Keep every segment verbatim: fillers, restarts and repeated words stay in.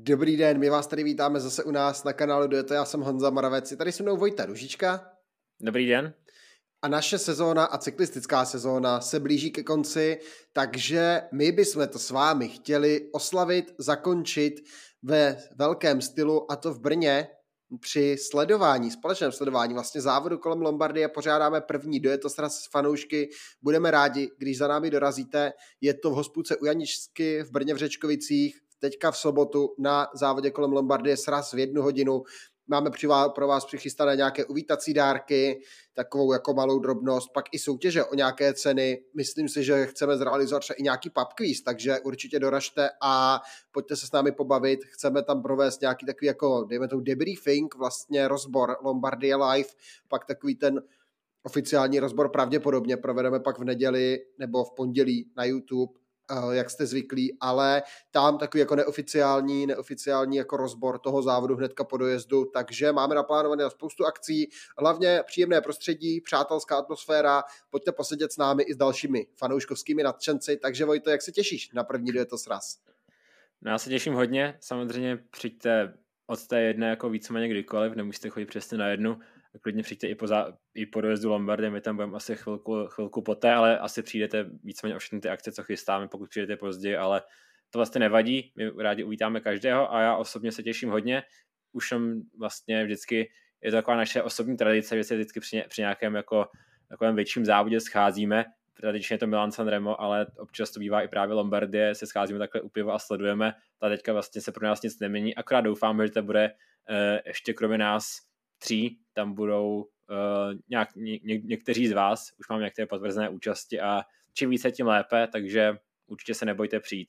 Dobrý den, my vás tady vítáme zase u nás na kanálu Dueto, já jsem Honza Moravec, je tady se mnou Vojta Ružička. Dobrý den. A naše sezóna a cyklistická sezóna se blíží ke konci, takže my bychom to s vámi chtěli oslavit, zakončit ve velkém stylu, a to v Brně při sledování, společném sledování vlastně závodu kolem Lombardie. Pořádáme první Dueto sraz s fanoušky, budeme rádi, když za námi dorazíte. Je to v hospůdce u Janičsky v Brně v Řečkovicích, teďka v sobotu na závodě kolem Lombardie sraz v jednu hodinu. Máme pro vás přichystané nějaké uvítací dárky, takovou jako malou drobnost, pak i soutěže o nějaké ceny. Myslím si, že chceme zrealizovat třeba i nějaký pub quiz, takže určitě doražte a pojďte se s námi pobavit. Chceme tam provést nějaký takový jako, dejme tomu debriefing, vlastně rozbor Lombardie Live, pak takový ten oficiální rozbor pravděpodobně provedeme pak v neděli nebo v pondělí na YouTube, jak jste zvyklí, ale tam takový jako neoficiální, neoficiální jako rozbor toho závodu hnedka po dojezdu, takže máme naplánované spoustu akcí, hlavně příjemné prostředí, přátelská atmosféra, pojďte posedět s námi i s dalšími fanouškovskými nadšenci, takže Vojto, jak se těšíš na první Dueto sraz? No já se těším hodně, samozřejmě přijďte od té jedné jako víceméně kdykoliv, nemusíte chodit přesně na jednu, klidně přijďte i po, zá, i po dojezdu Lombardie, my tam budeme asi chvilku, chvilku poté, ale asi přijdete víceméně o všechny ty akce, co chystáme, pokud přijdete později, ale to vlastně nevadí, my rádi uvítáme každého a já osobně se těším hodně, už jsem vlastně vždycky, je to taková naše osobní tradice, že se vždycky při, při nějakém jako takovém větším závodě scházíme, tradičně je to Milan Sanremo, ale občas to bývá i právě Lombardie, se scházíme takhle u piva a sledujeme, ta teďka vlastně se pro nás nic nemění, akorát doufáme, že to bude eh, ještě kromě nás tří, tam budou uh, nějak, ně, někteří z vás, už mám některé potvrzené účasti a čím více, tím lépe, takže určitě se nebojte přijít.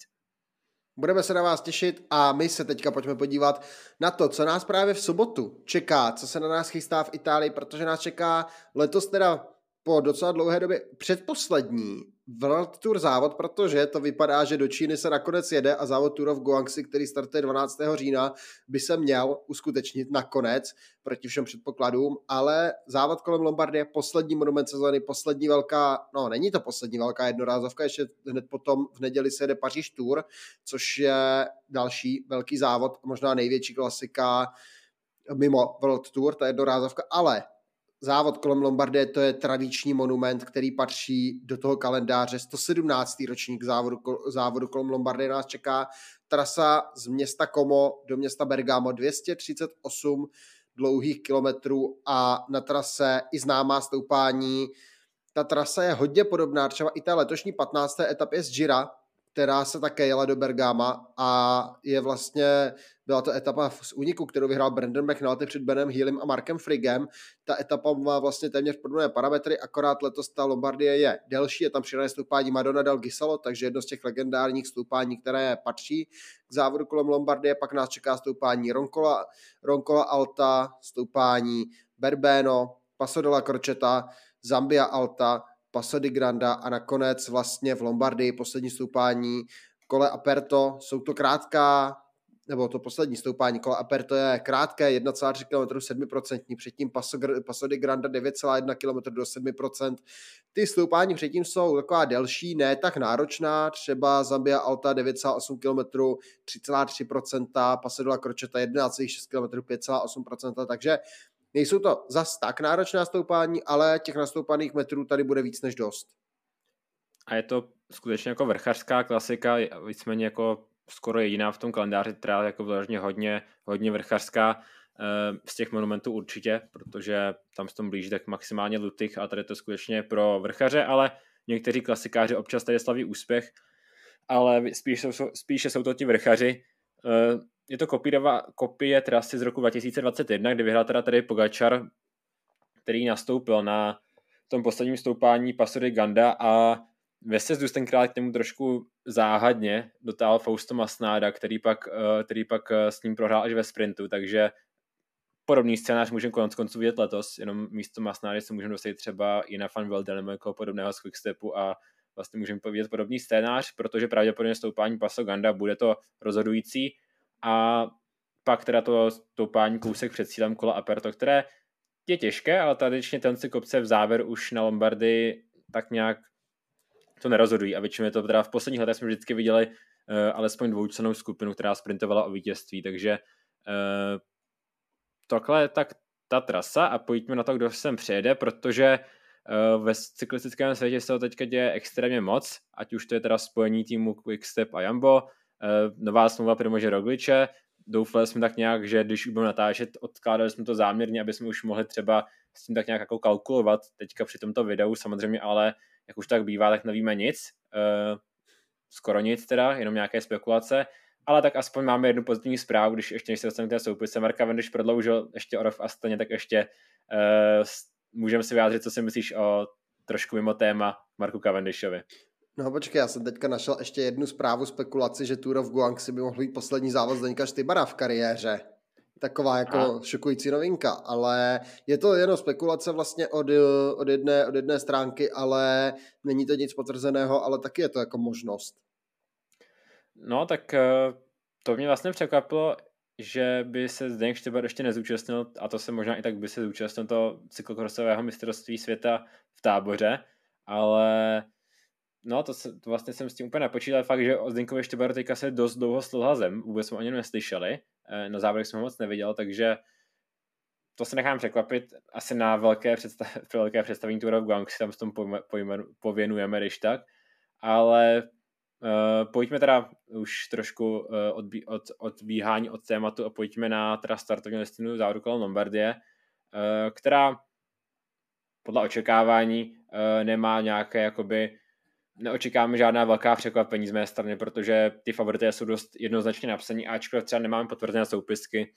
Budeme se na vás těšit a my se teďka pojďme podívat na to, co nás právě v sobotu čeká, co se na nás chystá v Itálii, protože nás čeká letos teda po docela dlouhé době předposlední World Tour závod, protože to vypadá, že do Číny se nakonec jede a závod Tour of Guangxi, který startuje dvanáctého října, by se měl uskutečnit nakonec proti všem předpokladům, ale závod kolem Lombardie, poslední monument sezóny, poslední velká, no není to poslední velká jednorázovka, ještě hned potom v neděli se jede Paříž Tour, což je další velký závod, možná největší klasika mimo World Tour, ta jednorázovka, ale závod kolem Lombardie, to je tradiční monument, který patří do toho kalendáře. sto sedmnáctý ročník závodu, závodu kolem Lombardie nás čeká. Trasa z města Como do města Bergamo, dvě stě třicet osm dlouhých kilometrů a na trase i známá stoupání. Ta trasa je hodně podobná, třeba i té letošní patnácté etapě z Gira, která se také jela do Bergama a je vlastně, byla to etapa z úniku, kterou vyhrál Brandon McNulty před Benem Healem a Markem Friggem. Ta etapa má vlastně téměř podobné parametry, akorát letos ta Lombardie je delší, je tam přidané stoupání Madonna del Gisalo, takže jedno z těch legendárních stoupání, které patří k závodu kolem Lombardie, pak nás čeká stoupání Roncola, Roncola Alta, stoupání Berbeno, Passo della Crocetta, Zambia Alta, Passo di Granda a nakonec vlastně v Lombardii poslední stoupání Colle Aperto. Jsou to krátká, nebo to poslední stoupání Colle Aperto je krátké, jedna celá tři kilometru, sedm procent, předtím Passo, Passo di Granda devět celá jedna kilometru do sedm procent. Ty stoupání předtím jsou taková delší, ne tak náročná, třeba Zambia Alta devět celá osm kilometru, tři celá tři procenta, Passo della Crocetta jedenáct celá šest kilometru, pět celá osm procenta, takže nejsou to zas tak náročná stoupání, ale těch nastoupaných metrů tady bude víc než dost. A je to skutečně jako vrchařská klasika, víceméně jako skoro jediná v tom kalendáři, která je jako vložně hodně, hodně vrchařská z těch monumentů určitě, protože tam se tomu blíží tak maximálně Lutych a tady je to skutečně pro vrchaře, ale někteří klasikáři občas tady slaví úspěch, ale spíš jsou, spíše jsou to ti vrchaři. Je to kopírova, kopie trasy z roku dva tisíce dvacet jedna, kdy vyhrál teda tady Pogačar, který nastoupil na tom posledním stoupání Passo di Granda a ve sjezdu tenkrát k němu trošku záhadně dotáhl Fausto Masnada, který pak, který pak s ním prohrál až ve sprintu, takže podobný scénář můžeme konec konců vidět letos, jenom místo Masnady se můžeme dostat třeba i na Van Velde nebo jako podobného z Quickstepu a vlastně můžeme vidět podobný scénář, protože pravděpodobně stoupání Passo Granda bude to rozhodující a pak teda to stoupání kousek před cílem Colle Aperto, které je těžké, ale tradičně tenhle kopce v závěr už na Lombardii tak nějak to nerozhodují a většinou je to teda v posledních letech jsme vždycky viděli alespoň dvoučlennou skupinu, která sprintovala o vítězství, takže takhle tak ta trasa a pojďme na to, kdo sem přijede, protože ve cyklistickém světě se to teďka děje extrémně moc, ať už to je teda spojení týmu Quickstep a Jumbo, nová smlouva Primože Rogliče, doufali jsme tak nějak, že když budeme natáčet, odkládali jsme to záměrně, aby jsme už mohli třeba s tím tak nějak jako kalkulovat teďka při tomto videu, samozřejmě, ale jak už tak bývá, tak nevíme nic, skoro nic teda, jenom nějaké spekulace, ale tak aspoň máme jednu pozitivní zprávu, když ještě než se dostaneme k té soupisce. Mark Cavendish prodloužil ještě o rok v Astaně, tak ještě uh, můžeme si vyjádřit, co si myslíš o trošku mimo téma Marku Cavendishovi. No počkej, já jsem teďka našel ještě jednu zprávu spekulaci, že Tour of Guangxi by mohl být poslední závod Zdeňka Štybara v kariéře. Taková jako a? šokující novinka, ale je to jenom spekulace vlastně od, od, jedné, od jedné stránky, ale není to nic potvrzeného, ale taky je to jako možnost. No tak to mě vlastně překvapilo, že by se Zdeněk Štybar ještě nezúčastnil, a to se možná i tak by se zúčastnil toho cyklokrosového mistrovství světa v Táboře, ale no to, se, to vlastně jsem s tím úplně nepočítal, fakt, že o Zdeňkovi Štybaru teďka se dost dlouho slilhal zem, vůbec jsme o něm neslyšeli, na závěrech jsme ho moc neviděl, takže to se nechám překvapit, asi na velké, představ, velké představení Tour of Guangxi, tam s tom pověnujeme, když tak, ale Uh, pojďme teda už trošku uh, odbí, od, odbíhání od tématu a pojďme na teda startovní listinu závodu kolem Lombardie, uh, která podle očekávání uh, nemá nějaké jakoby, neočekáváme žádná velká překvapení z mé strany, protože ty favority jsou dost jednoznačně napsaní, ačkoliv třeba nemáme potvrzené soupisky,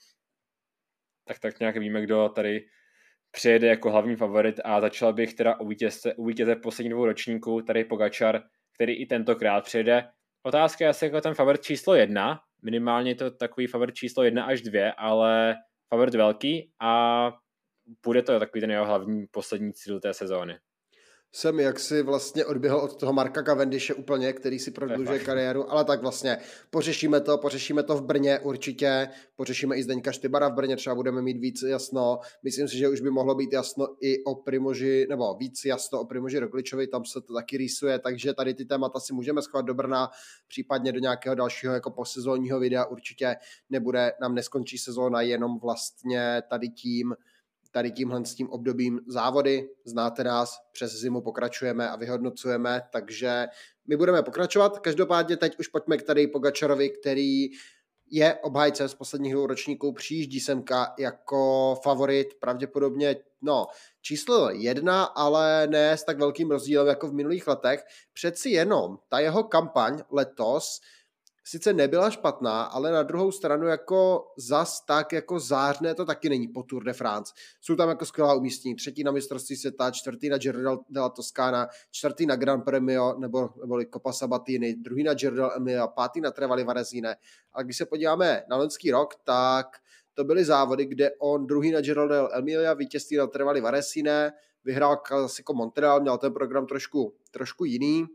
tak tak nějak víme, kdo tady přijede jako hlavní favorit a začal bych teda u vítěze, u vítěze posledních dvou ročníků, tady Pogačar, který i tentokrát přijede. Otázka je asi jako ten favorit číslo jedna, minimálně je to takový favorit číslo jedna až dvě, ale favorit velký a bude to takový ten jeho hlavní poslední cíl té sezóny. Jsem jaksi vlastně odběhl od toho Marka Cavendishe úplně, který si prodlužuje kariéru, ale tak vlastně pořešíme to, pořešíme to v Brně určitě, pořešíme i Zdeňka Štybara v Brně, třeba budeme mít víc jasno, myslím si, že už by mohlo být jasno i o Primoži, nebo víc jasno o Primoži Rogličovi, tam se to taky rýsuje, takže tady ty témata si můžeme schovat do Brna, případně do nějakého dalšího jako posezónního videa, určitě nebude, nám neskončí sezóna jenom vlastně tady tím, tady tímhle s tím obdobím závody. Znáte nás, přes zimu pokračujeme a vyhodnocujeme, takže my budeme pokračovat. Každopádně teď už pojďme k tady Pogačarovi, který je obhájcem z posledních dvou ročníků, přijíždí semka jako favorit, pravděpodobně no, číslo jedna, ale ne s tak velkým rozdílem jako v minulých letech. Přeci jenom ta jeho kampaň letos sice nebyla špatná, ale na druhou stranu jako zas tak jako zářné to taky není po Tour de France. Jsou tam jako skvělá umístění. Třetí na mistrovství světa, čtvrtý na Giro della Toscana, čtvrtý na Gran Premio nebo, nebo Coppa Sabatini, druhý na Giro dell'Emilia, pátý na Trevali Varesine. Ale když se podíváme na loňský rok, tak to byly závody, kde on druhý na Giro dell'Emilia, vítězství na Trevali Varesine, vyhrál Classico Montreal, měl ten program trošku, trošku jiný.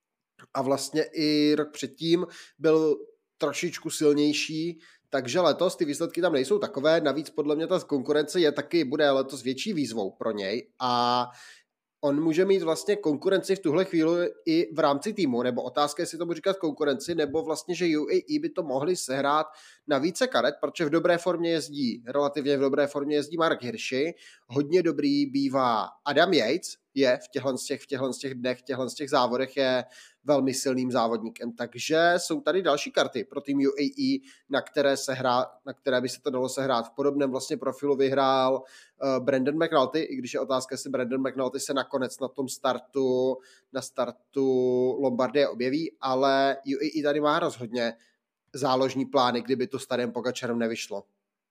A vlastně i rok předtím byl trošičku silnější, takže letos ty výsledky tam nejsou takové, navíc podle mě ta konkurence je taky, bude letos větší výzvou pro něj a on může mít vlastně konkurenci v tuhle chvíli i v rámci týmu, nebo otázka, jestli tomu říkat konkurenci, nebo vlastně, že U A E by to mohli sehrát na více karet, protože v dobré formě jezdí, relativně v dobré formě jezdí Mark Hirschi, hodně dobrý bývá Adam Yates, je v těchto z těch, v těchto z těch dnech, v těchto z těch závodech je velmi silným závodníkem. Takže jsou tady další karty pro tým U A E, na které, se hrá, na které by se to dalo sehrát. V podobném vlastně profilu vyhrál uh, Brandon McNulty, i když je otázka, jestli Brandon McNulty se nakonec na tom startu, na startu Lombardie objeví, ale U A E tady má rozhodně záložní plány, kdyby to s Tadem Pogačarem nevyšlo.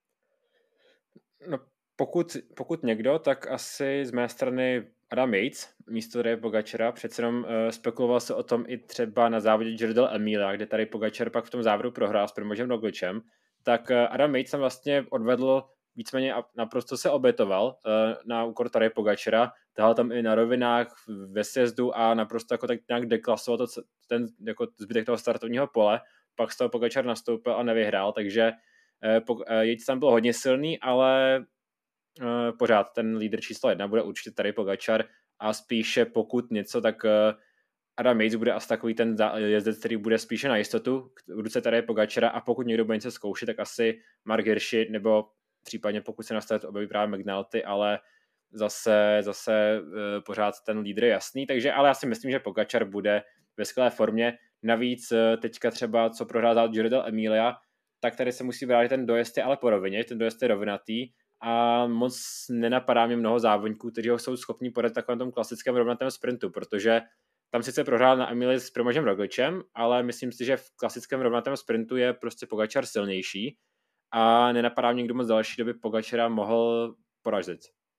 No, pokud, pokud někdo, tak asi z mé strany Adam Yates, místo Tadeje Pogačara, přece jenom uh, spekuloval se o tom i třeba na závodě Giro dell'Emilia, kde tady Pogačar pak v tom závodu prohrál s Primožem Rogličem, tak uh, Adam Yates tam vlastně odvedl víceméně a naprosto se obětoval uh, na úkor Tadeje Pogačara, tahal tam i na rovinách, ve sjezdu a naprosto jako tak nějak deklasoval to, ten jako zbytek toho startovního pole, pak z toho Pogačar nastoupil a nevyhrál, takže uh, uh, Yates tam byl hodně silný, ale Uh, pořád ten lídr číslo jedna bude určitě tady Pogačar a spíše pokud něco, tak uh, Adam Yates bude asi takový ten jezdec, který bude spíše na jistotu v ruce Tadeje Pogačara, a pokud někdo bude něco zkoušet, tak asi Mark Hirschi, nebo případně pokud se nastavit objeví právě McNulty, ale zase, zase uh, pořád ten lídr je jasný, takže ale já si myslím, že Pogačar bude ve skvělé formě. Navíc uh, teďka třeba, co prohrál závod Giro d'Emilia, tak tady se musí vrátit, ten dojezd je ale po rovině, ten dojezd je rovinatý a moc nenapadá mě mnoho závodníků, kteří ho jsou schopni podat v takovém tom klasickém rovnatém sprintu, protože tam sice prohrál na Emily s Primožem Rogličem, ale myslím si, že v klasickém rovnatém sprintu je prostě Pogačar silnější a nenapadá mě někdo moc další, kdo by Pogačara mohl poražit.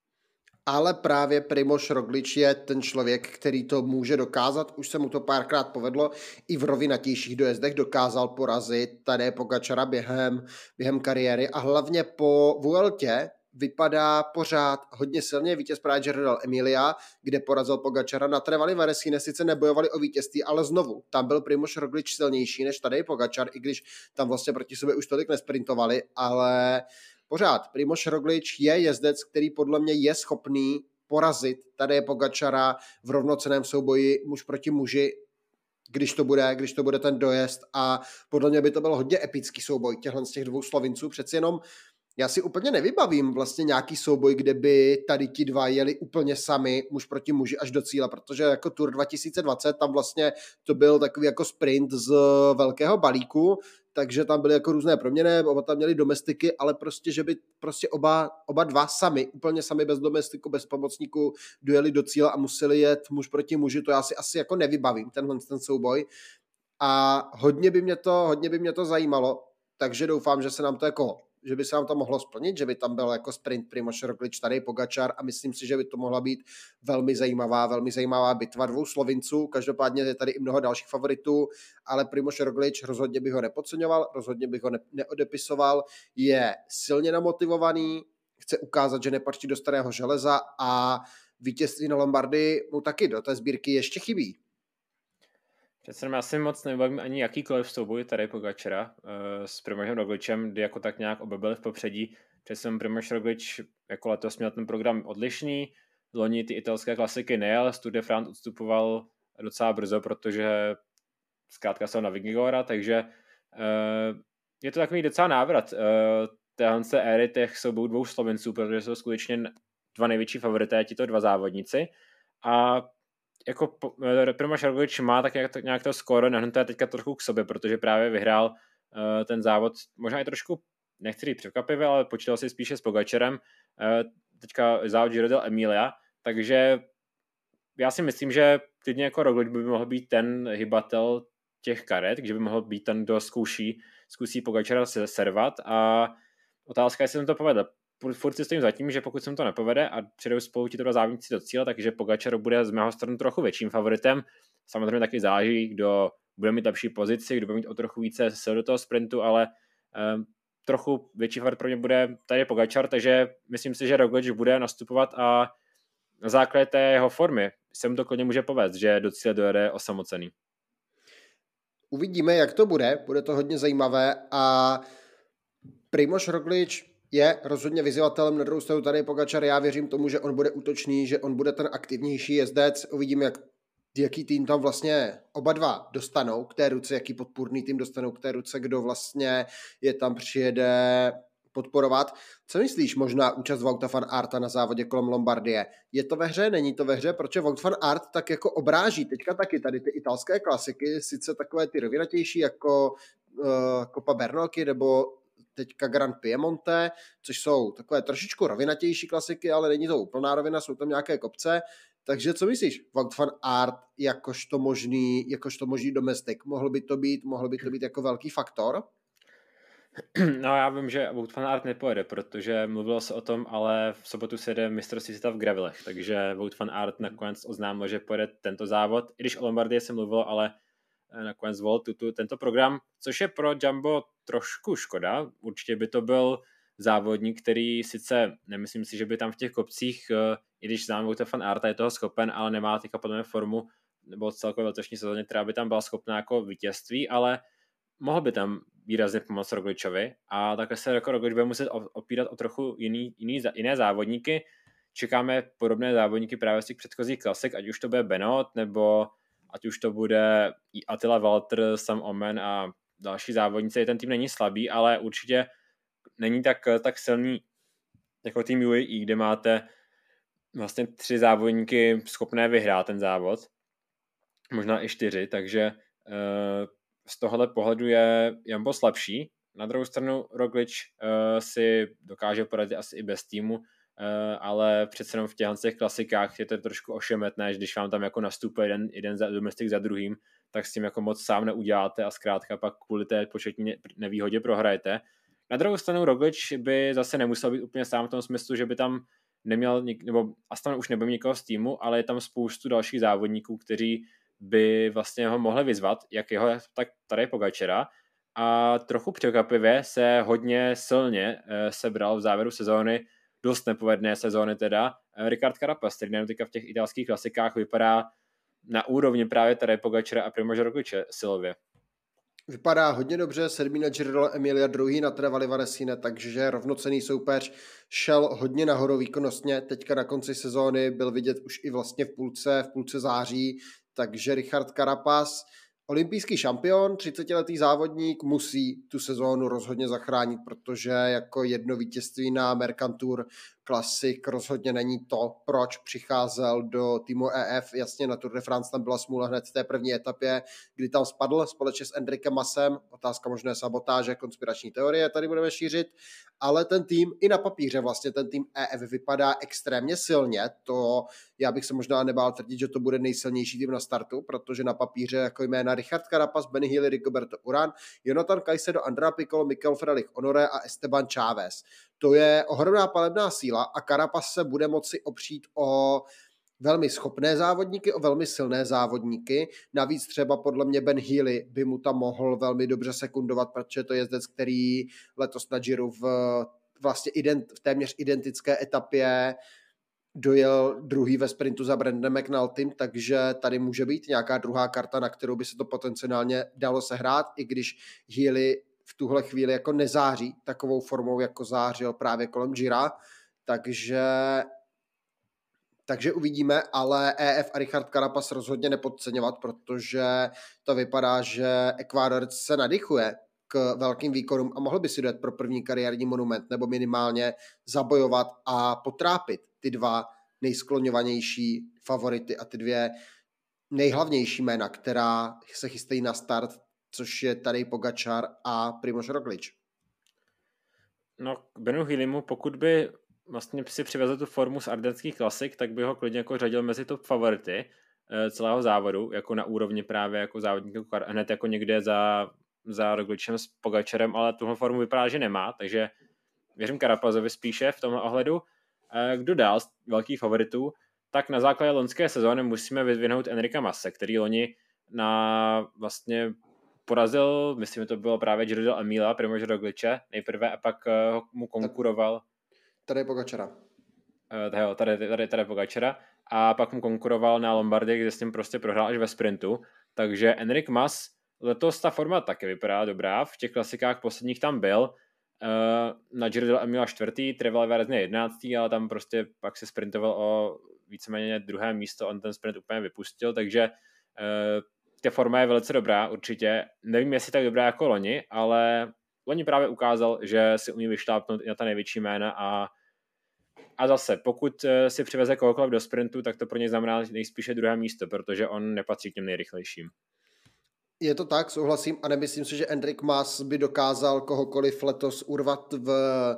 Ale právě Primož Roglič je ten člověk, který to může dokázat. Už se mu to párkrát povedlo. I v rovinatějších dojezdech dokázal porazit Tadeje Pogačara během, během kariéry. A hlavně po Vueltě vypadá pořád hodně silně. Vítěz právě Giro d'Emilia, kde porazil Pogačara. Na Trevali Varesine sice nebojovali o vítězství, ale znovu, tam byl Primož Roglič silnější než Tadej Pogačar, i když tam vlastně proti sobě už tolik nesprintovali, ale pořád Primož Roglič je jezdec, který podle mě je schopný porazit Tadeje Pogačara v rovnocenném souboji muž proti muži, když to bude, když to bude ten dojezd, a podle mě by to byl hodně epický souboj těchhle z těch dvou Slovinců. Přeci jenom já si úplně nevybavím vlastně nějaký souboj, kde by tady ti dva jeli úplně sami, muž proti muži, až do cíle, protože jako Tour dva tisíce dvacet, tam vlastně to byl takový jako sprint z velkého balíku, takže tam byly jako různé proměny, oba tam měli domestiky, ale prostě, že by prostě oba, oba dva sami, úplně sami bez domestiku, bez pomocníků dojeli do cíle a museli jet muž proti muži, to já si asi jako nevybavím, tenhle ten souboj. A hodně by mě to, hodně by mě to zajímalo, takže doufám, že se nám to jako že by se nám to mohlo splnit, že by tam byl jako sprint Primož Roglič, Tadej Pogačar, a myslím si, že by to mohla být velmi zajímavá, velmi zajímavá bitva dvou Slovinců. Každopádně je tady i mnoho dalších favoritů, ale Primož Roglič rozhodně bych ho nepodceňoval, rozhodně bych ho ne- neodepisoval, je silně namotivovaný, chce ukázat, že nepatří do starého železa a vítězství na Lombardii mu taky do té sbírky ještě chybí. Přece já si moc nebavím ani jakýkoliv souboj tady Pogačara uh, s Primožem Rogličem, kdy jako tak nějak oba byli v popředí. Přece Primož Roglič jako letos měl ten program odlišný, loni ty italské klasiky nejel, z Tour de France odstupoval docela brzo, protože zkrátka se na Vigigora, takže uh, je to takový docela návrat uh, téhle éry těch soubojů dvou Slovenců, protože jsou skutečně dva největší favorité, tito dva závodníci, a jako Primož Roglič má tak nějak, nějak to skoro nahnuté teďka trochu k sobě, protože právě vyhrál uh, ten závod, možná i trošku, nechci říct překvapivě, ale počítal si spíše s Pogačarem, uh, teďka závod Giro d'Emilia, takže já si myslím, že klidně jako Roglič by mohl být ten hybatel těch karet, že by mohl být ten, kdo zkouší, zkusí Pogačara servat, a otázka je, jestli jsem to povedl. Furt si stojím za tím, že pokud se mu to nepovede a přijdou spolu ti dva závodníci do cíle, takže Pogačar bude z mého strany trochu větším favoritem. Samozřejmě taky záleží, kdo bude mít lepší pozici, kdo bude mít o trochu více sil do toho sprintu, ale um, trochu větší favorit pro mě bude tady Pogačar, takže myslím si, že Roglič bude nastupovat a na základě té jeho formy se mu to klidně může povést, že do cíle dojede osamocený. Uvidíme, jak to bude, bude to hodně zajímavé, a Primož Roglič je rozhodně vyzývatelem, na druhou stranu tady Pogačar, já věřím tomu, že on bude útočný, že on bude ten aktivnější jezdec, uvidíme, jak, jaký tým tam vlastně oba dva dostanou k té ruce, jaký podpůrný tým dostanou k té ruce, kdo vlastně je tam přijede podporovat. Co myslíš, možná účast Wouta van Aerta na závodě kolem Lombardie? Je to ve hře, není to ve hře? Protože Wout van Aert tak jako obráží teďka taky tady ty italské klasiky, sice takové ty rovinatější jako uh, Coppa Bernocchi nebo teďka Grand Piemonte, což jsou takové trošičku rovinatější klasiky, ale není to úplná rovina, jsou tam nějaké kopce. Takže co myslíš? Wout van Aert jakožto možný, jakožto možný domestik. Mohl by to být, mohl by to být jako velký faktor? No, já vím, že Wout van Aert nepojede, protože mluvilo se o tom, ale v sobotu se jede mistrovství světa v gravelech, takže Wout van Aert nakonec oznámil, že pojede tento závod. I když o Lombardii se mluvilo, ale nakonec zvolil tuto, tento program, což je pro Jumbo trošku škoda. Určitě by to byl závodník, který sice nemyslím si, že by tam v těch kopcích, i když znám Wouta van Aerta, je toho schopen, ale nemá teďka podle formu nebo celkově letošní sezóně, která by tam byla schopná jako vítězství, ale mohl by tam výrazně pomoct Rogličovi, a takhle se jako Roglič bude muset opírat o trochu jiný, jiný, jiné závodníky. Čekáme podobné závodníky právě z těch předchozích klasik, ať už to bude Benoit nebo ať už to bude i Attila Walter, Sam Omen a další závodníci. Ten tým není slabý, ale určitě není tak, tak silný jako tým U A E, kde máte vlastně tři závodníky schopné vyhrát ten závod. Možná i čtyři, takže z tohohle pohledu je Jumbo slabší. Na druhou stranu Roglič si dokáže poradit asi i bez týmu, ale přece jenom v těch klasikách je to trošku ošemetné, že když vám tam jako nastupuje jeden, jeden domestik za druhým, tak s tím jako moc sám neuděláte a zkrátka pak kvůli té početní nevýhodě prohrajete. Na druhou stranu Roglič by zase nemusel být úplně sám v tom smyslu, že by tam neměl, nebo Astana už nebyl nikoho z týmu, ale je tam spoustu dalších závodníků, kteří by vlastně ho mohli vyzvat, jak jeho, tak tady Pogačara. A trochu překvapivě se hodně silně e, sebral v závěru sezóny, dost nepovedné sezóny teda, e, Ricard Carapaz, který nejen teďka v těch italských klasikách vypadá na úrovni právě tady Pogačara a Primože Rogliče silově. Vypadá hodně dobře, sedmý na Giro Emilia, druhý na Trevali Varesine, takže rovnocenný soupeř, šel hodně nahoru výkonnostně, teďka na konci sezóny byl vidět už i vlastně v půlce, v půlce září, takže Richard Carapaz, olympijský šampion, třicetiletý závodník, musí tu sezónu rozhodně zachránit, protože jako jedno vítězství na Mercantour Classic rozhodně není to, proč přicházel do týmu E F. Jasně, na Tour de France tam byla smůla hned v té první etapě, kdy tam spadl společně s Enrikem Masem. Otázka možné sabotáže, konspirační teorie tady budeme šířit, ale ten tým i na papíře vlastně ten tým E F vypadá extrémně silně. To já bych se možná nebál tvrdit, že to bude nejsilnější tým na startu, protože na papíře jako jména Richard Carapaz, Ben Healy, Rigoberto Urán, Jonathan Caicedo, Andrea Piccolo, Mikel Frederich Honoré a Esteban Chávez. To je ohromná palebná síla a Carapaz se bude moci opřít o velmi schopné závodníky, o velmi silné závodníky. Navíc třeba podle mě Ben Healy by mu tam mohl velmi dobře sekundovat, protože to je jezdec, který letos na Giro v vlastně ident, v téměř identické etapě dojel druhý ve sprintu za Brandem McNultym, takže tady může být nějaká druhá karta, na kterou by se to potenciálně dalo sehrát, i když Healy v tuhle chvíli jako nezáří takovou formou, jako zářil právě kolem Gira, takže takže uvidíme, ale E F a Richard Carapaz rozhodně nepodceňovat, protože to vypadá, že Ecuador se nadychuje k velkým výkonům a mohl by si dojet pro první kariérní monument nebo minimálně zabojovat a potrápit ty dva nejskloňovanější favority a ty dvě nejhlavnější jména, která se chystají na start, což je tady Pogačar a Primož Roglič. No, k Benu Healymu, pokud by vlastně si přivezl tu formu z ardenských klasik, tak by ho klidně jako řadil mezi top favority celého závodu, jako na úrovni právě jako závodníků, hned jako někde za, za Rogličem s Pogačarem, ale tuhle formu vypadá, že nemá, takže věřím Carapazovi spíše v tomhle ohledu. Kdo dál z velkých favoritů, tak na základě loňské sezóny musíme vyvinout Enrika Mase, který loni na vlastně porazil, myslím, že to bylo právě Giro d'Emilia, Primože Rogliče nejprve a pak mu konkuroval tady Pogačara. Uh, tady, tady, tady Pogačara a pak mu konkuroval na Lombardii, kde s tím prostě prohrál až ve sprintu, takže Enric Mas letos ta forma taky vypadá dobrá, v těch klasikách posledních tam byl, uh, na Giro d'Emilia čtvrtý, Trevale Varesne jedenáctý, ale tam prostě pak se sprintoval o víceméně druhé místo, on ten sprint úplně vypustil, takže uh, ta forma je velice dobrá určitě, nevím, jestli tak dobrá jako loni, ale loni právě ukázal, že si umí vyšlápnout i na ta největší jména a, a zase, pokud si přiveze kohokoliv do sprintu, tak to pro něj znamená nejspíše druhé místo, protože on nepatří k těm nejrychlejším. Je to tak, souhlasím a nemyslím si, že Enric Mas by dokázal kohokoliv letos urvat v,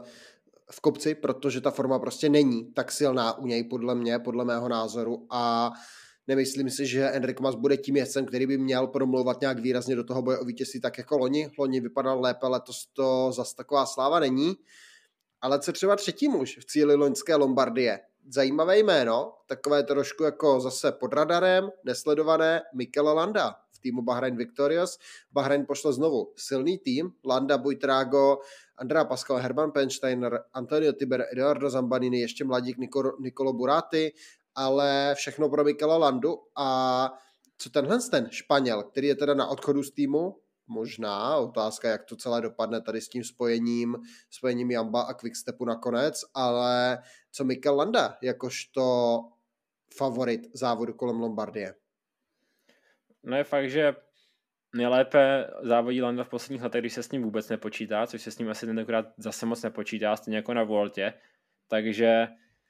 v kopci, protože ta forma prostě není tak silná u něj, podle mě, podle mého názoru a nemyslím si, že Enric Mas bude tím jezdcem, který by měl promlouvat nějak výrazně do toho boje o vítězství, tak jako loni. Loni vypadal lépe, letos to zas taková sláva není. Ale co třeba třetí muž v cíli loňské Lombardie? Zajímavé jméno, takové trošku jako zase pod radarem, nesledované, Mikel Landa v týmu Bahrain Victorious. Bahrain pošle znovu silný tým, Landa, Buitrago, Andrea Pascal, Herman Pensteiner, Antonio Tiber, Eduardo Zambanini, ještě mladík Nicolo, Nicolo Burati, ale všechno pro Mikela Landu. A co tenhle ten Španěl, který je teda na odchodu z týmu, možná, otázka, jak to celé dopadne tady s tím spojením, spojením Jamba a Quickstepu nakonec, ale co Mikel Landa, jakožto favorit závodu kolem Lombardie? No je fakt, že nejlépe závodí Landa v posledních letech, když se s ním vůbec nepočítá, což se s ním asi tentokrát zase moc nepočítá, stejně jako na Vueltě. Takže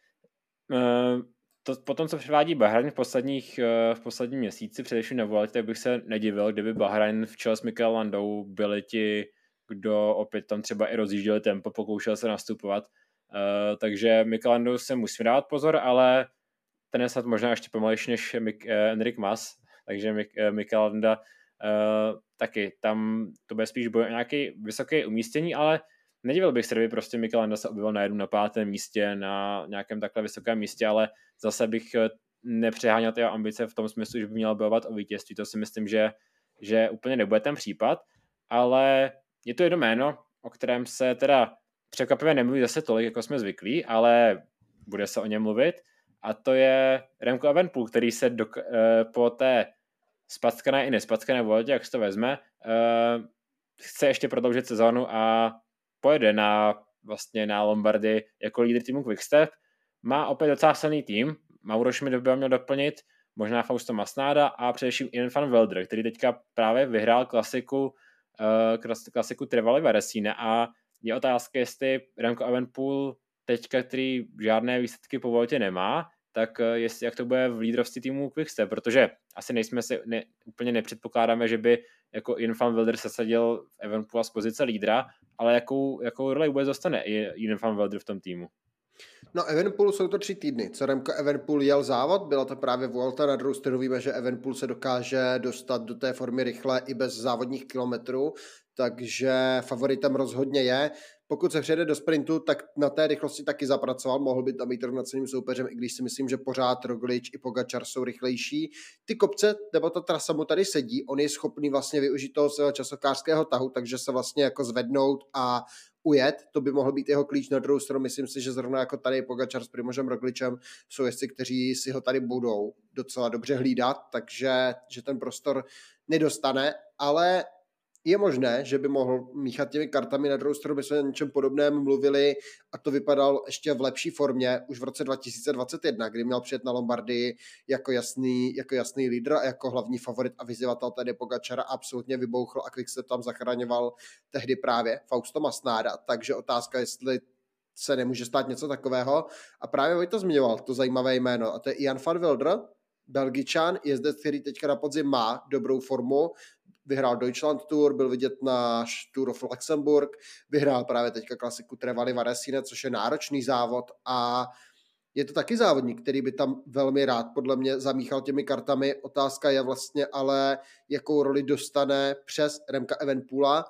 to, po tom, co předvádí Bahrain v posledních v posledním měsíci, především na Vueltě, tak bych se nedivil, kdyby Bahrain v čele s Mikel Landou byli ti, kdo opět tam třeba i rozjížděli tempo, pokoušel se nastupovat. Uh, takže Mikel Landou se musí dávat pozor, ale ten je snad možná ještě pomalejší než Mik, uh, Enric Mas, takže Mik, uh, Mikel Landa uh, taky. Tam to bude spíš boj o nějaké vysoké umístění, ale nedivil bych se, kdyby prostě Mikel Landa se objevil najednou na pátém místě, na nějakém takhle vysokém místě, ale zase bych nepřeháněl ty ambice v tom smyslu, že by měl bojovat o vítězství. To si myslím, že, že úplně nebude ten případ, ale je to jedno jméno, o kterém se teda překvapivě nemluví zase tolik, jako jsme zvyklí, ale bude se o něm mluvit. A to je Remco Evenepoel, který se do, eh, po té spackané i nespackané Vueltě, jak se to vezme, eh, chce ještě prodloužit sezónu a pojede na, vlastně na Lombardy jako lídr týmu Quickstep. Má opět docela silný tým. Mauro Schmid by ho měl doplnit, možná Fausto Masnada a především Ian van Wilder, který teďka právě vyhrál klasiku, uh, klasiku Trevali Varesine a je otázka, jestli Remco Evenepoel teďka, který žádné výsledky po Vueltě nemá, tak jestli, jak to bude v lídrovství týmu Quickstep, protože asi nejsme si, ne, úplně nepředpokládáme, že by jako Ian van Wilder sesadil Evenepoela z pozice lídra, ale jakou, jakou roli vůbec dostane Ian van Wilder v tom týmu? No Evenepoelu jsou to tři týdny, co Remco Evenepoel jel závod, byla to právě Vuelta, na druhou stranu víme, že Evenepoel se dokáže dostat do té formy rychle i bez závodních kilometrů, takže favoritem rozhodně je. Pokud se přejde do sprintu, tak na té rychlosti taky zapracoval, mohl by tam být rovnocenným soupeřem, i když si myslím, že pořád Roglič i Pogačar jsou rychlejší. Ty kopce, nebo ta trasa mu tady sedí, on je schopný vlastně využít toho svého časokářského tahu, takže se vlastně jako zvednout a ujet, to by mohl být jeho klíč. Na druhou stranu myslím si, že zrovna jako tady Pogačar s Primožem Rogličem jsou jezdci, kteří si ho tady budou docela dobře hlídat, takže že ten prostor nedostane, ale je možné, že by mohl míchat těmi kartami. Na druhou stranu by jsme o něčem podobném mluvili a to vypadalo ještě v lepší formě už v roce dva tisíce dvacet jedna, kdy měl přijet na Lombardii jako jasný, jako jasný lídr a jako hlavní favorit a vyzývatel tedy Pogačara absolutně vybouchl a Quickstep tam zachraňoval tehdy právě Fausto Masnada. Takže otázka, jestli se nemůže stát něco takového. A právě Vojta zmiňoval to zajímavé jméno a to je Ian van Wilder, Belgičan, jezdec, který teďka na podzim má dobrou formu, vyhrál Deutschland Tour, byl vidět na Tour of Luxemburg, vyhrál právě teďka klasiku Trevali Varesine, což je náročný závod a je to taky závodník, který by tam velmi rád podle mě zamíchal těmi kartami. Otázka je vlastně ale, jakou roli dostane přes Remka Evenepoela.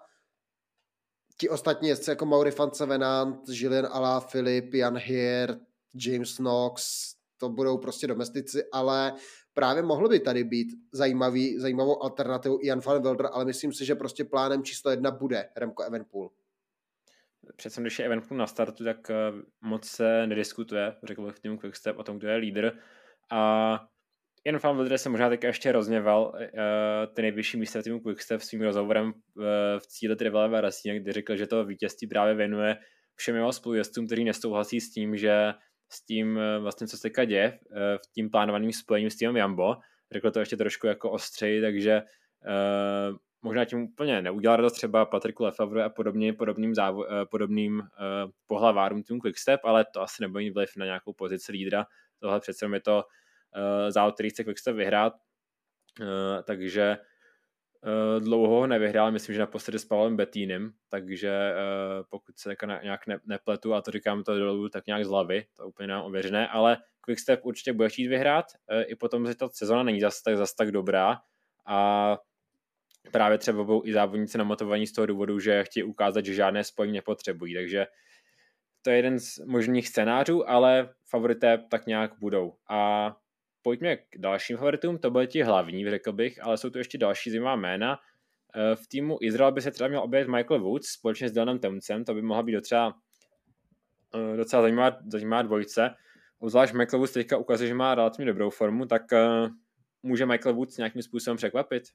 Ti ostatní jezdci jako Mauri van Sevenant, Julien Alaphilippe, Jan Hirt, James Knox, to budou prostě domestici, ale právě mohlo by tady být zajímavý, zajímavou alternativou Ian van Wilder, ale myslím si, že prostě plánem číslo jedna bude Remco Evenepoel. Přece když je Evenepoel na startu, tak moc se nediskutuje, řekl bych v týmu Quickstep o tom, kdo je lídr. A Ian van Wilder se možná teďka ještě rozněval uh, ty nejvyšší místa v týmu Quickstep svým rozhovorem uh, v cíli Trevali Varesine, kdy řekl, že to vítězství právě věnuje všem jeho spolujezdcům, kteří nesouhlasí s tím, že s tím vlastně, co se teďka děje v tím plánovaným spojením s týmem Jumbo. Řekl to ještě trošku jako ostřeji, takže uh, možná tím úplně neudělal radost třeba Patriku Lefevre a podobně, podobným, závo, uh, podobným uh, pohlavárům týmu Quickstep, ale to asi nebude mít vliv na nějakou pozici lídra. Tohle přece je to uh, závod, který chce Quickstep vyhrát, uh, takže Uh, dlouho ho nevyhrál, myslím, že naposledy s Pavlem Bettinem, takže uh, pokud se nějak ne, nepletu, a to říkám to dolů tak nějak z hlavy, to úplně nám ověřené, ale Quickstep určitě bude chtít vyhrát, uh, i potom, že ta sezona není zas tak, zas tak dobrá a právě třeba budou i závodníci namotivovaní z toho důvodu, že chtějí ukázat, že žádné spojení nepotřebují, takže to je jeden z možných scénářů, ale favorité tak nějak budou. A pojďme k dalším favoritům, to byly ti hlavní, řekl bych, ale jsou tu ještě další zajímavá jména. V týmu Izrael by se třeba měl objevit Michael Woods společně s Dylanem Teunsem, to by mohla být docela, docela zajímavá, zajímavá dvojice. Obzvlášť Michael Woods teďka ukazuje, že má relativně dobrou formu, tak může Michael Woods nějakým způsobem překvapit?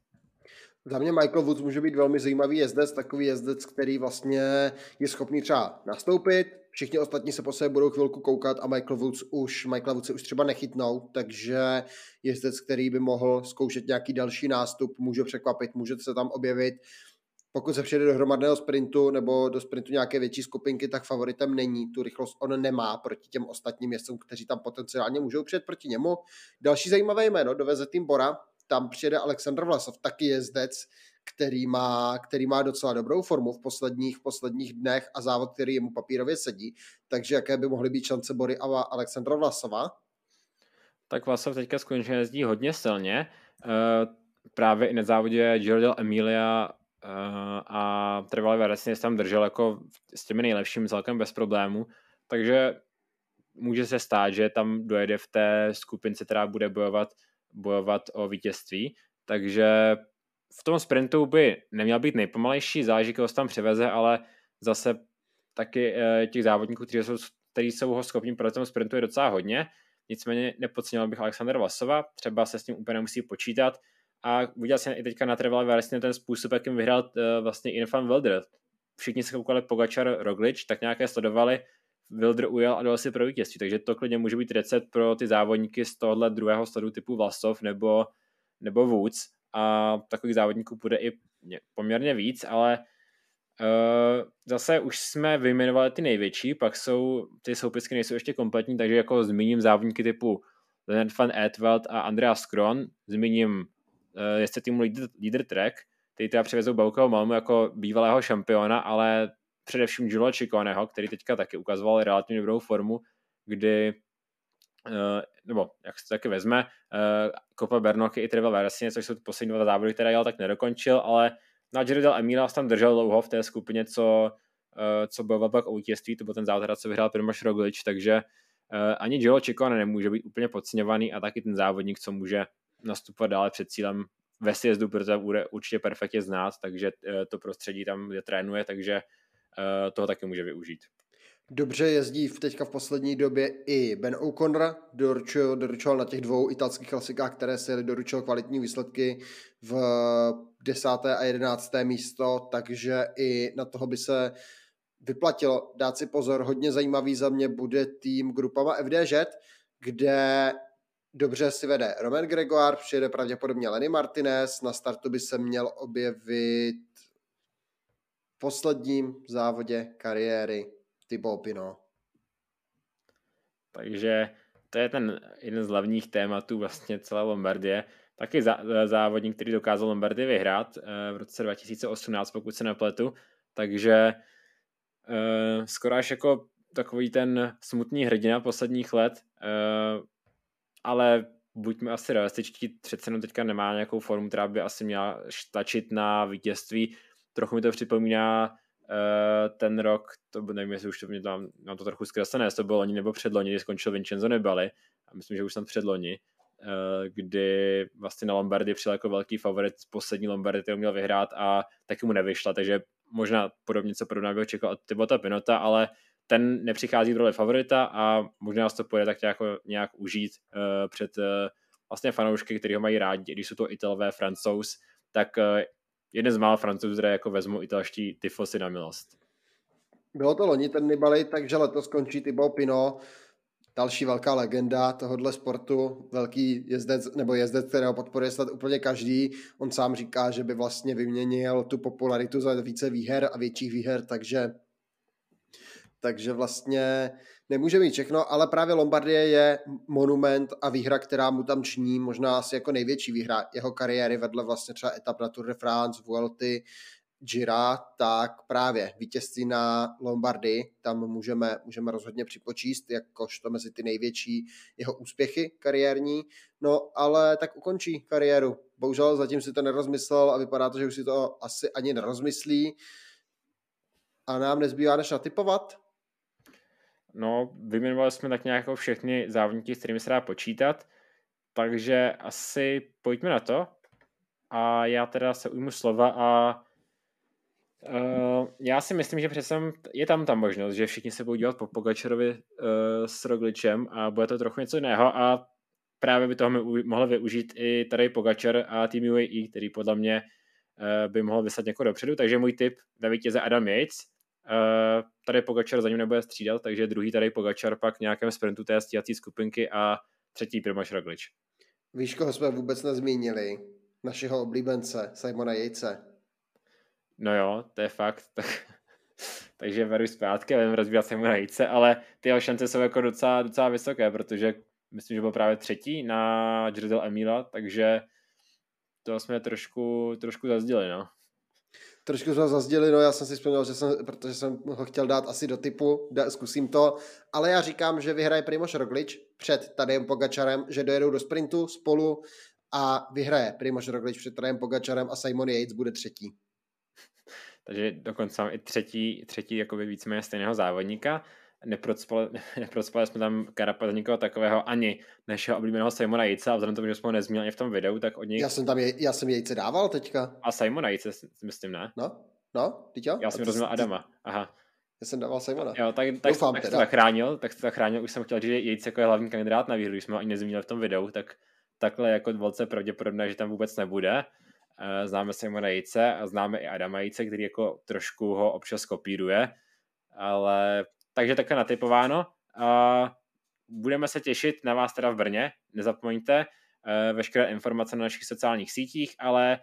Za mě Michael Woods může být velmi zajímavý jezdec, takový jezdec, který vlastně je schopný třeba nastoupit, všichni ostatní se po sebe budou chvilku koukat a Michael Woods už, Michael Woods už třeba nechytnou, takže jezdec, který by mohl zkoušet nějaký další nástup, může překvapit, může se tam objevit. Pokud se přijde do hromadného sprintu nebo do sprintu nějaké větší skupinky, tak favoritem není. Tu rychlost on nemá proti těm ostatním jezdcům, kteří tam potenciálně můžou přijet proti němu. Další zajímavé jméno doveze tým Bora, tam přijede Alexander Vlasov, taky jezdec, který má, který má docela dobrou formu v posledních, v posledních dnech a závod, který jemu papírově sedí. Takže jaké by mohly být šance Bory a Alexandra Vlasova? Tak Vlasov teďka skutečně jezdí hodně silně. Uh, právě i na závodě Giro dell'Emilia uh, a trvalý Veracny se tam držel jako s těmi nejlepšími celkem bez problémů. Takže může se stát, že tam dojede v té skupince, která bude bojovat bojovat o vítězství, takže v tom sprintu by neměl být nejpomalejší, záleží, koho se tam přiveze, ale zase taky těch závodníků, kteří jsou, kteří jsou ho schopni pro tom sprintu je docela hodně, nicméně nepodcenil bych Alexandra Vlasova, třeba se s tím úplně nemusí počítat a viděl jsem i teďka na trvalé Veracny ten způsob, jakým vyhrál vlastně Infant Wilder. Všichni se koukali Pogačar, Roglič, tak nějaké sledovali, Wilder ujel a dal si pro vítězství, takže to klidně může být recept pro ty závodníky z tohohle druhého sledu typu Vlasov nebo, nebo Woods a takových závodníků bude i poměrně víc, ale uh, zase už jsme vyjmenovali ty největší, pak jsou ty soupisky nejsou ještě kompletní, takže jako zmíním závodníky typu Leonard van Eetveld a Andreas Kron, zmíním uh, jestli týmu Leader, Leader Trek, který teda přivezou Baukeho Malmu jako bývalého šampiona, ale především Giulio Cicconeho, který teďka taky ukazoval relativně dobrou formu, kdy, nebo jak se to taky vezme, Copa Bernocchi i Trevor Veracny, což jsou poslední dva závody, které jel, tak nedokončil, ale na Giro dell'Emilia tam držel dlouho v té skupině, co, co bojoval pak o vítězství, to byl ten závod, co vyhrál Primož Roglič, takže ani Giulio Ciccone nemůže být úplně podceňovaný a taky ten závodník, co může nastupovat dále před cílem ve sjezdu, protože bude určitě perfektně znát, takže to prostředí tam, kde trénuje, takže toho taky může využít. Dobře jezdí v teďka v poslední době i Ben O'Connor, doručil, doručoval na těch dvou italských klasikách, které se jeli, doručil kvalitní výsledky v desáté a jedenácté místo, takže i na toho by se vyplatilo dát si pozor. Hodně zajímavý za mě bude tým Grupama F D Ž, kde dobře si vede Romain Gregoire, přijede pravděpodobně Lenny Martinez, na startu by se měl objevit v posledním závodě kariéry Thibaut Pinot. Takže to je ten jeden z hlavních tématů vlastně celé Lombardie. Taky zá, závodník, který dokázal Lombardii vyhrát v roce dva tisíce osmnáct, pokud se nepletu. Takže uh, skoro až jako takový ten smutný hrdina posledních let, uh, ale buďme asi realističtí, přece jenom teďka nemá nějakou formu, která by asi měla stačit na vítězství. Trochu mi to připomíná uh, ten rok, to nevím, jestli už to mě tam, mám to trochu zkreslené, jestli to bylo loni nebo předloni, kdy skončil Vincenzo Nibali, a myslím, že už jsem předloni, uh, kdy vlastně na Lombardii přijel jako velký favorit, poslední Lombardii, kterou měl vyhrát a taky mu nevyšla, takže možná podobně, co podobně bych čekal od Thibauta Pinota, ale ten nepřichází v roli favorita a možná se to pojede tak nějak, nějak užít uh, před uh, vlastně fanoušky, kteří ho mají rádi, když jsou to Italové, Francouz, tak uh, jeden z mála Francouzů, které jako vezmu italští tyfosy na milost. Bylo to loni ten Nibali, takže letos skončí Thibaut Pinot, další velká legenda tohohle sportu, velký jezdec, nebo jezdec, kterého podporuje snad úplně každý. On sám říká, že by vlastně vyměnil tu popularitu za více výher a větších výher, takže takže vlastně nemůže mít všechno, ale právě Lombardie je monument a výhra, která mu tam ční, možná asi jako největší výhra jeho kariéry, vedle vlastně třeba etap na Tour de France, Vuelty, Gira, tak právě vítězství na Lombardii, tam můžeme, můžeme rozhodně připočíst, jakožto mezi ty největší jeho úspěchy kariérní, no ale tak ukončí kariéru. Bohužel zatím si to nerozmyslel a vypadá to, že už si to asi ani nerozmyslí a nám nezbývá než natipovat. No, vyjmenovali jsme tak nějak všechny závodníky, s kterými se dá počítat, takže asi pojďme na to. A já teda se ujmu slova a uh, já si myslím, že přece je tam ta možnost, že všichni se budou dívat po Pogačarovi uh, s Rogličem a bude to trochu něco jiného a právě by toho mohl využít i tady Pogačar a tým U A E, který podle mě by mohl vyslat někoho dopředu, takže můj tip na vítěze Adam Yates. Tady Pogačar za ním nebude střídat, takže druhý tady Pogačar pak v nějakém sprintu té stíhací skupinky a třetí Primož Roglič. Víš, koho jsme vůbec nezmínili? Našeho oblíbence, Simona Yatese. No jo, to je fakt. Takže beru zpátky a budeme rozbírat Simona Yatese, ale ty jeho šance jsou jako docela, docela vysoké, protože myslím, že byl právě třetí na Giro Emila, takže to jsme trošku, trošku zazdili, no. Trošku jsme zazdili, no já jsem si vzpomněl, že jsem, protože jsem ho chtěl dát asi do typu, da, zkusím to, ale já říkám, že vyhraje Primož Roglič před Tadejem Pogačarem, že dojedou do sprintu spolu a vyhraje Primož Roglič před Tadejem Pogačarem a Simon Yates bude třetí. Takže dokonce mám i třetí, třetí jakoby víceméně stejného závodníka. Neprocpali, neprocpali jsme tam Carapaz nikoho takového ani našeho oblíbeného Simona Yatese, a vzhledem tomu, že jsme ho nezmínili ani v tom videu, tak od něj... Já jsem tam, je, já jsem Yatese dával teďka. A Simona Yatese, myslím, ne? No, no, teď jo? Já jsem rozuměl Adama, aha. Já jsem dával Simona. Jo, tak, tak, Doufám, tak, tak to zachránil, tak to zachránil, už jsem chtěl říct, že Yates jako je hlavní kandidát na výhru, když jsme ho ani nezmínili v tom videu, tak takhle jako velice pravděpodobné, že tam vůbec nebude. Známe Simona Yatese a známe i Adama Yatese, který jako trošku ho občas kopíruje, ale takže takhle natypováno. A budeme se těšit na vás teda v Brně, nezapomeňte veškeré informace na našich sociálních sítích, ale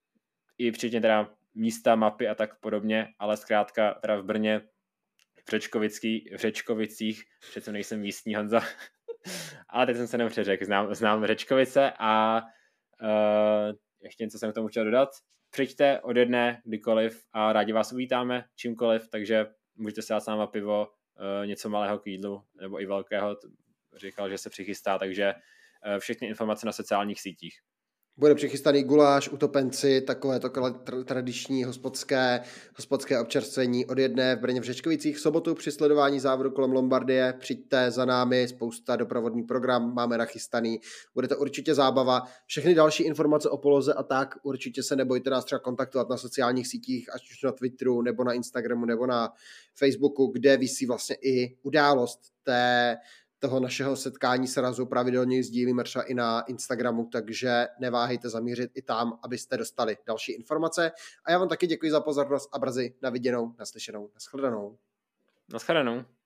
i včetně teda místa, mapy a tak podobně, ale zkrátka teda v Brně, v, v Řečkovicích, přece nejsem místní Honza, ale teď jsem se nepřeřekl, znám, znám Řečkovice a uh, ještě něco jsem k tomu chtěl dodat. Přijďte od jedné kdykoliv a rádi vás uvítáme čímkoliv, takže můžete si dát s náma pivo, uh, něco malého k jídlu, nebo i velkého, říkal, že se přichystá, takže uh, všechny informace na sociálních sítích. Bude přichystaný guláš, utopenci, takové to tradiční hospodské, hospodské občerstvení od jedné v Brně v Řečkovicích. V sobotu při sledování závodu kolem Lombardie přijďte za námi, spousta doprovodný program máme nachystaný. Bude to určitě zábava. Všechny další informace o poloze a tak určitě se nebojte nás třeba kontaktovat na sociálních sítích, ať už na Twitteru, nebo na Instagramu, nebo na Facebooku, kde visí vlastně i událost té toho našeho setkání srazu, pravidelně sdílíme třeba i na Instagramu, takže neváhejte zamířit i tam, abyste dostali další informace. A já vám taky děkuji za pozornost a brzy na viděnou, naslyšenou, nashledanou. Nashledanou.